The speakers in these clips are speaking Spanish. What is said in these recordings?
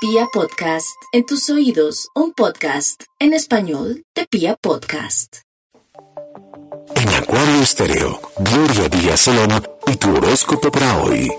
Pia Podcast, en tus oídos, un podcast en español de Pia Podcast. En Acuario Estéreo, Gloria Díaz Salón y tu horóscopo para hoy.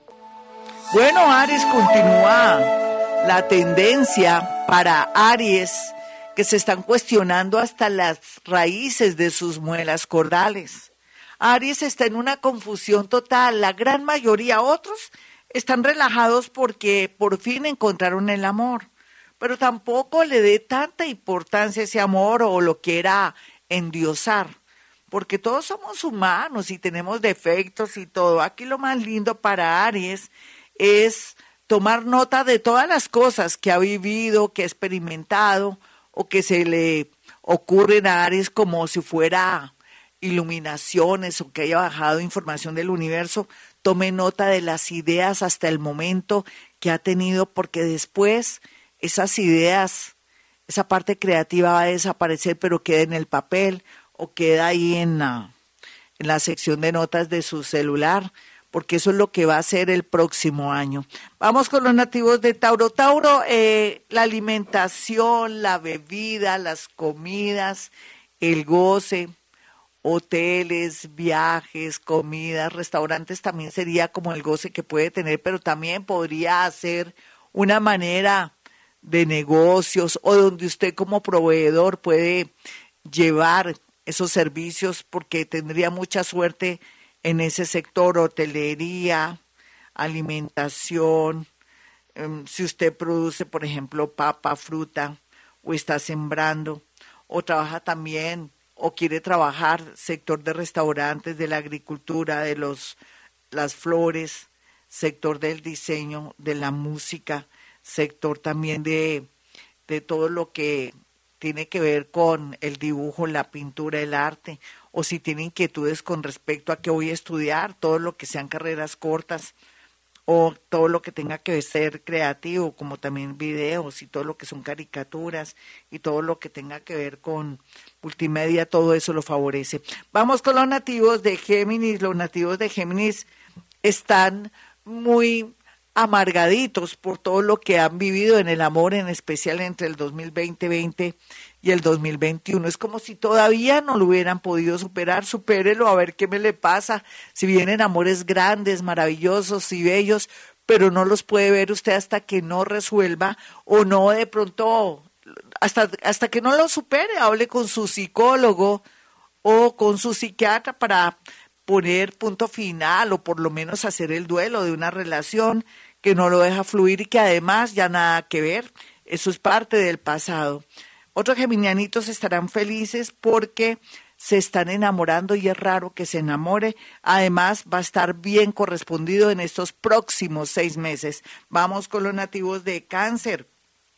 Bueno, Aries, continúa la tendencia para Aries, que se están cuestionando hasta las raíces de sus muelas cordales. Aries está en una confusión total, la gran mayoría, otros están relajados porque por fin encontraron el amor, pero tampoco le dé tanta importancia a ese amor o lo quiera endiosar, porque todos somos humanos y tenemos defectos y todo. Aquí lo más lindo para Aries es tomar nota de todas las cosas que ha vivido, que ha experimentado o que se le ocurren a Aries como si fuera iluminaciones o que haya bajado información del universo. Tome nota de las ideas hasta el momento que ha tenido, porque después esas ideas, esa parte creativa va a desaparecer, pero queda en el papel o queda ahí en la sección de notas de su celular, porque eso es lo que va a hacer el próximo año. Vamos con los nativos de Tauro. Tauro, la alimentación, la bebida, las comidas, el goce, hoteles, viajes, comidas, restaurantes también sería como el goce que puede tener, pero también podría ser una manera de negocios o donde usted como proveedor puede llevar esos servicios, porque tendría mucha suerte en ese sector: hotelería, alimentación. Si usted produce, por ejemplo, papa, fruta, o está sembrando, o trabaja también o quiere trabajar sector de restaurantes, de la agricultura, de las flores, sector del diseño, de la música, sector también de todo lo que tiene que ver con el dibujo, la pintura, el arte, o si tiene inquietudes con respecto a qué voy a estudiar, todo lo que sean carreras cortas, o todo lo que tenga que ser creativo, como también videos y todo lo que son caricaturas y todo lo que tenga que ver con multimedia, todo eso lo favorece. Vamos con los nativos de Géminis. Los nativos de Géminis están muy amargaditos por todo lo que han vivido en el amor, en especial entre el 2020 y el 2021. Es como si todavía no lo hubieran podido superar. Supérelo, a ver qué me le pasa. Si vienen amores grandes, maravillosos y bellos, pero no los puede ver usted hasta que no resuelva, o no, de pronto, hasta que no lo supere. Hable con su psicólogo o con su psiquiatra para poner punto final, o por lo menos hacer el duelo de una relación que no lo deja fluir y que además ya nada que ver. Eso es parte del pasado. Otros geminianitos estarán felices porque se están enamorando, y es raro que se enamore. Además, va a estar bien correspondido en estos próximos 6 meses. Vamos con los nativos de Cáncer.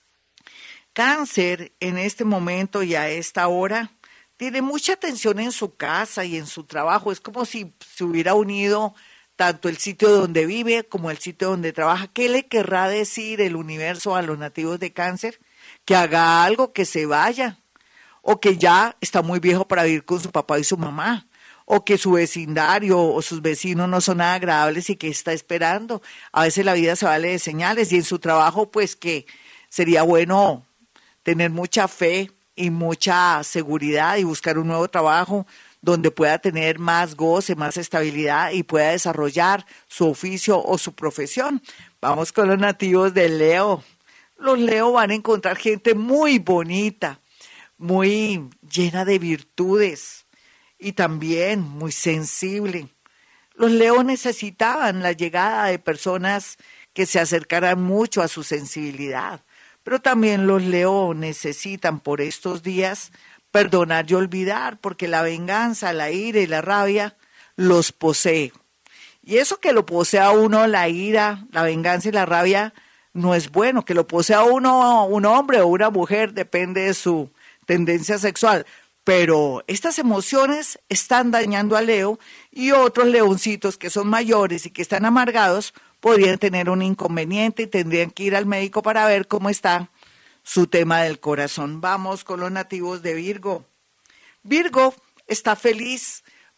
Cáncer, en este momento y a esta hora, tiene mucha tensión en su casa y en su trabajo. Es como si se hubiera unido tanto el sitio donde vive como el sitio donde trabaja. ¿Qué le querrá decir el universo a los nativos de Cáncer? Que haga algo, que se vaya, o que ya está muy viejo para vivir con su papá y su mamá, o que su vecindario o sus vecinos no son nada agradables y que está esperando. A veces la vida se vale de señales, y en su trabajo pues que sería bueno tener mucha fe y mucha seguridad y buscar un nuevo trabajo donde pueda tener más goce, más estabilidad y pueda desarrollar su oficio o su profesión. Vamos con los nativos de Leo. Los Leo van a encontrar gente muy bonita, muy llena de virtudes y también muy sensible. Los Leo necesitaban la llegada de personas que se acercaran mucho a su sensibilidad, pero también los Leo necesitan por estos días perdonar y olvidar, porque la venganza, la ira y la rabia los posee. Y eso que lo posea uno, la ira, la venganza y la rabia, no es bueno. Que lo posea uno, un hombre o una mujer, depende de su tendencia sexual. Pero estas emociones están dañando a Leo, y otros leoncitos que son mayores y que están amargados podrían tener un inconveniente y tendrían que ir al médico para ver cómo está su tema del corazón. Vamos con los nativos de Virgo. Virgo está feliz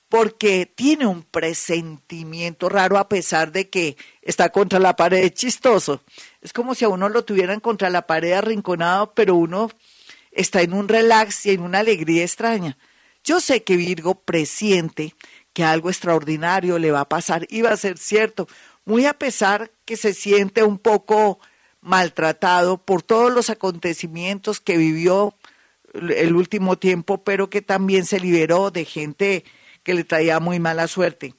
porque tiene un presentimiento raro a pesar de que está contra la pared. Es chistoso. Es como si a uno lo tuvieran contra la pared arrinconado, pero uno está en un relax y en una alegría extraña. Yo sé que Virgo presiente que algo extraordinario le va a pasar y va a ser cierto, muy a pesar que se siente un poco maltratado por todos los acontecimientos que vivió el último tiempo, pero que también se liberó de gente que le traía muy mala suerte.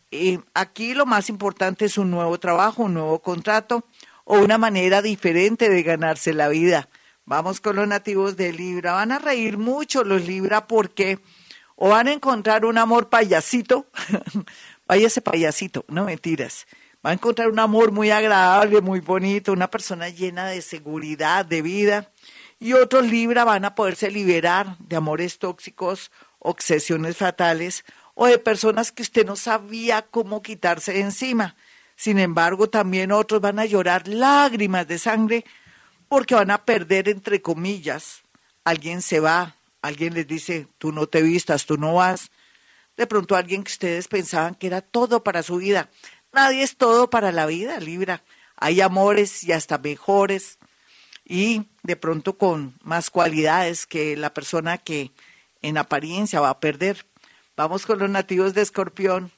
Aquí lo más importante es un nuevo trabajo, un nuevo contrato o una manera diferente de ganarse la vida. Vamos con los nativos de Libra. Van a reír mucho los Libra porque o van a encontrar un amor payasito, váyase payasito, no mentiras. Va a encontrar un amor muy agradable, muy bonito, una persona llena de seguridad, de vida. Y otros Libra van a poderse liberar de amores tóxicos, obsesiones fatales o de personas que usted no sabía cómo quitarse de encima. Sin embargo, también otros van a llorar lágrimas de sangre porque van a perder, entre comillas. Alguien se va, alguien les dice, tú no te vistas, tú no vas. De pronto alguien que ustedes pensaban que era todo para su vida. Nadie es todo para la vida, Libra. Hay amores y hasta mejores y de pronto con más cualidades que la persona que en apariencia va a perder. Vamos con los nativos de Escorpión.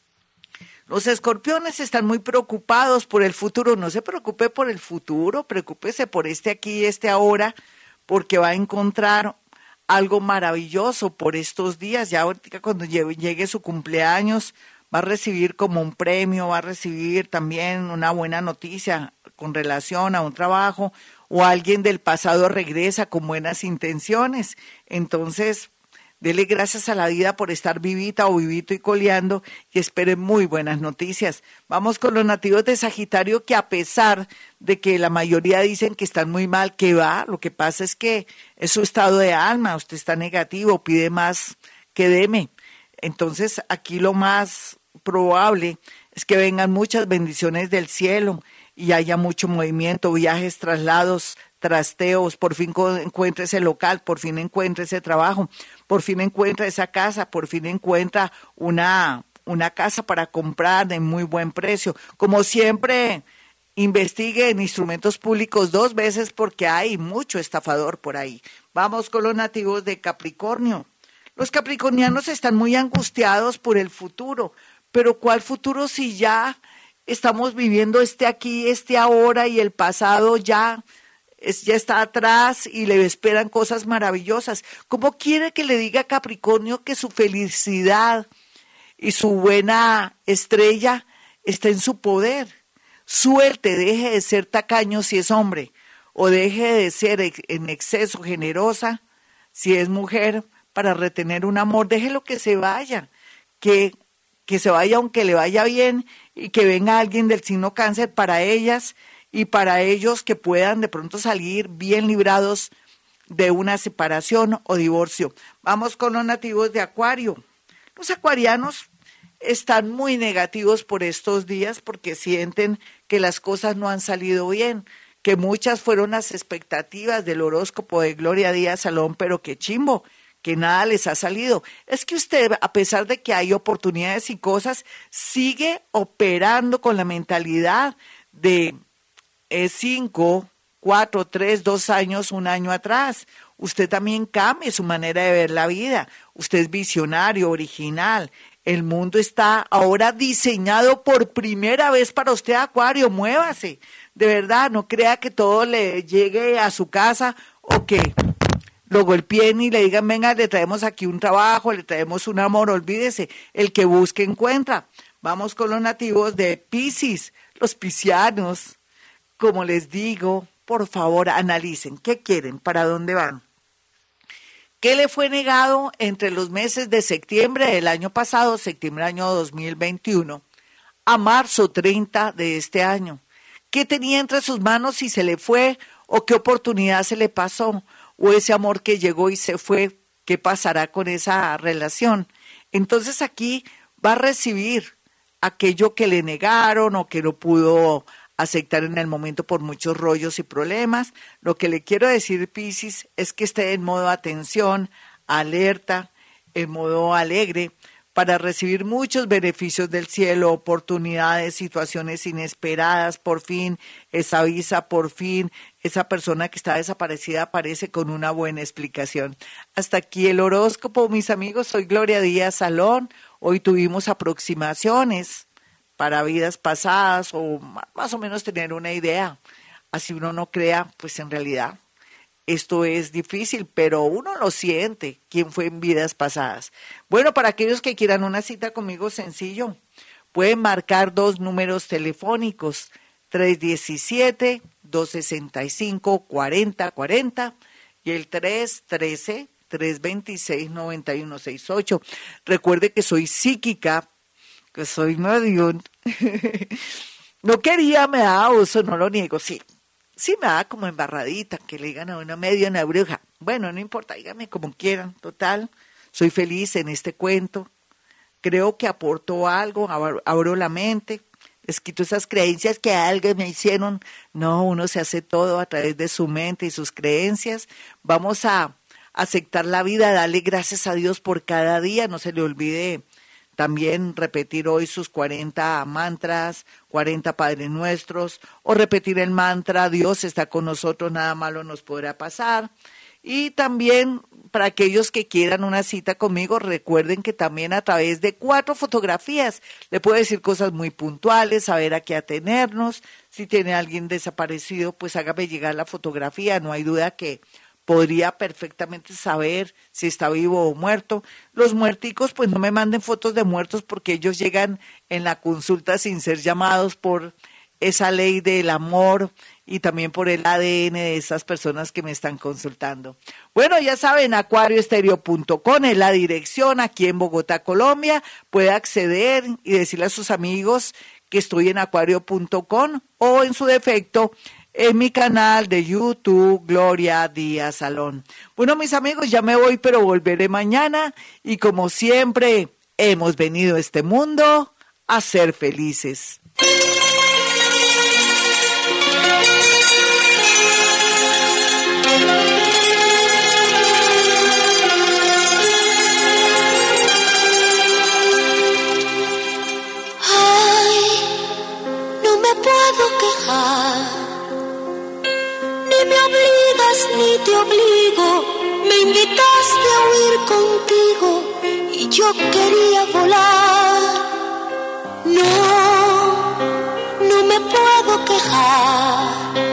Los escorpiones están muy preocupados por el futuro. No se preocupe por el futuro, preocúpese por este aquí y este ahora, porque va a encontrar algo maravilloso por estos días. Ya ahorita cuando llegue su cumpleaños va a recibir como un premio, va a recibir también una buena noticia con relación a un trabajo o alguien del pasado regresa con buenas intenciones. Entonces, dele gracias a la vida por estar vivita o vivito y coleando y espere muy buenas noticias. Vamos con los nativos de Sagitario que a pesar de que la mayoría dicen que están muy mal, que va, lo que pasa es que es su estado de alma, usted está negativo, pide más que deme. Entonces aquí lo más probable es que vengan muchas bendiciones del cielo y haya mucho movimiento, viajes, traslados, trasteos, por fin encuentre ese local, por fin encuentre ese trabajo, por fin encuentra esa casa, por fin encuentra una casa para comprar de muy buen precio. Como siempre, investigue en instrumentos públicos 2 veces porque hay mucho estafador por ahí. Vamos con los nativos de Capricornio. Los capricornianos están muy angustiados por el futuro, pero ¿cuál futuro si ya estamos viviendo este aquí, este ahora y el pasado ya está atrás y le esperan cosas maravillosas? ¿Cómo quiere que le diga a Capricornio que su felicidad y su buena estrella está en su poder? Suelte, deje de ser tacaño si es hombre, o deje de ser en exceso generosa si es mujer para retener un amor. Déjelo que se vaya, que se vaya aunque le vaya bien y que venga alguien del signo Cáncer para ellas y para ellos que puedan de pronto salir bien librados de una separación o divorcio. Vamos con los nativos de Acuario. Los acuarianos están muy negativos por estos días porque sienten que las cosas no han salido bien, que muchas fueron las expectativas del horóscopo de Gloria Díaz Salón, pero que chimbo, que nada les ha salido. Es que usted, a pesar de que hay oportunidades y cosas, sigue operando con la mentalidad de 5, 4, 3, 2 años, 1 año atrás. Usted también cambie su manera de ver la vida. Usted es visionario, original. El mundo está ahora diseñado por primera vez para usted, Acuario. Muévase. De verdad, no crea que todo le llegue a su casa o que lo golpeen y le digan, venga, le traemos aquí un trabajo, le traemos un amor. Olvídese, el que busque encuentra. Vamos con los nativos de Piscis, los piscianos. Como les digo, por favor, analicen qué quieren, para dónde van. ¿Qué le fue negado entre los meses de septiembre del año pasado, septiembre año 2021, a marzo 30 de este año? ¿Qué tenía entre sus manos y se le fue? ¿O qué oportunidad se le pasó? ¿O ese amor que llegó y se fue? ¿Qué pasará con esa relación? Entonces aquí va a recibir aquello que le negaron o que no pudo aceptar en el momento por muchos rollos y problemas. Lo que le quiero decir, Piscis, es que esté en modo atención, alerta, en modo alegre, para recibir muchos beneficios del cielo, oportunidades, situaciones inesperadas. Por fin, esa visa, por fin, esa persona que está desaparecida aparece con una buena explicación. Hasta aquí el horóscopo, mis amigos. Soy Gloria Díaz Salón. Hoy tuvimos aproximaciones para vidas pasadas o más o menos tener una idea. Así uno no crea, pues en realidad esto es difícil, pero uno lo siente, quién fue en vidas pasadas. Bueno, para aquellos que quieran una cita conmigo, sencillo, pueden marcar 2 números telefónicos, 317-265-4040 y el 313-326-9168. Recuerde que soy psíquica, que soy medium. No quería, me da oso, no lo niego, sí me da como embarradita, que le digan a una medio una bruja. Bueno, no importa, dígame como quieran, total, soy feliz en este cuento, creo que aportó algo, abro la mente, les quito esas creencias que algo me hicieron. No, uno se hace todo a través de su mente y sus creencias. Vamos a aceptar la vida, darle gracias a Dios por cada día, no se le olvide también repetir hoy sus 40 mantras, 40 Padres Nuestros, o repetir el mantra, Dios está con nosotros, nada malo nos podrá pasar. Y también para aquellos que quieran una cita conmigo, recuerden que también a través de 4 fotografías le puedo decir cosas muy puntuales, saber a qué atenernos. Si tiene alguien desaparecido, pues hágame llegar la fotografía, no hay duda que podría perfectamente saber si está vivo o muerto. Los muerticos, pues no me manden fotos de muertos porque ellos llegan en la consulta sin ser llamados por esa ley del amor y también por el ADN de esas personas que me están consultando. Bueno, ya saben, acuarioestereo.com es la dirección aquí en Bogotá, Colombia. Puede acceder y decirle a sus amigos que estoy en acuario.com o en su defecto en mi canal de YouTube, Gloria Díaz Salón. Bueno, mis amigos, ya me voy, pero volveré mañana. Y como siempre, hemos venido a este mundo a ser felices. Ay, no me puedo quejar. Ni me obligas ni te obligo, me invitaste a huir contigo y yo quería volar. No me puedo quejar.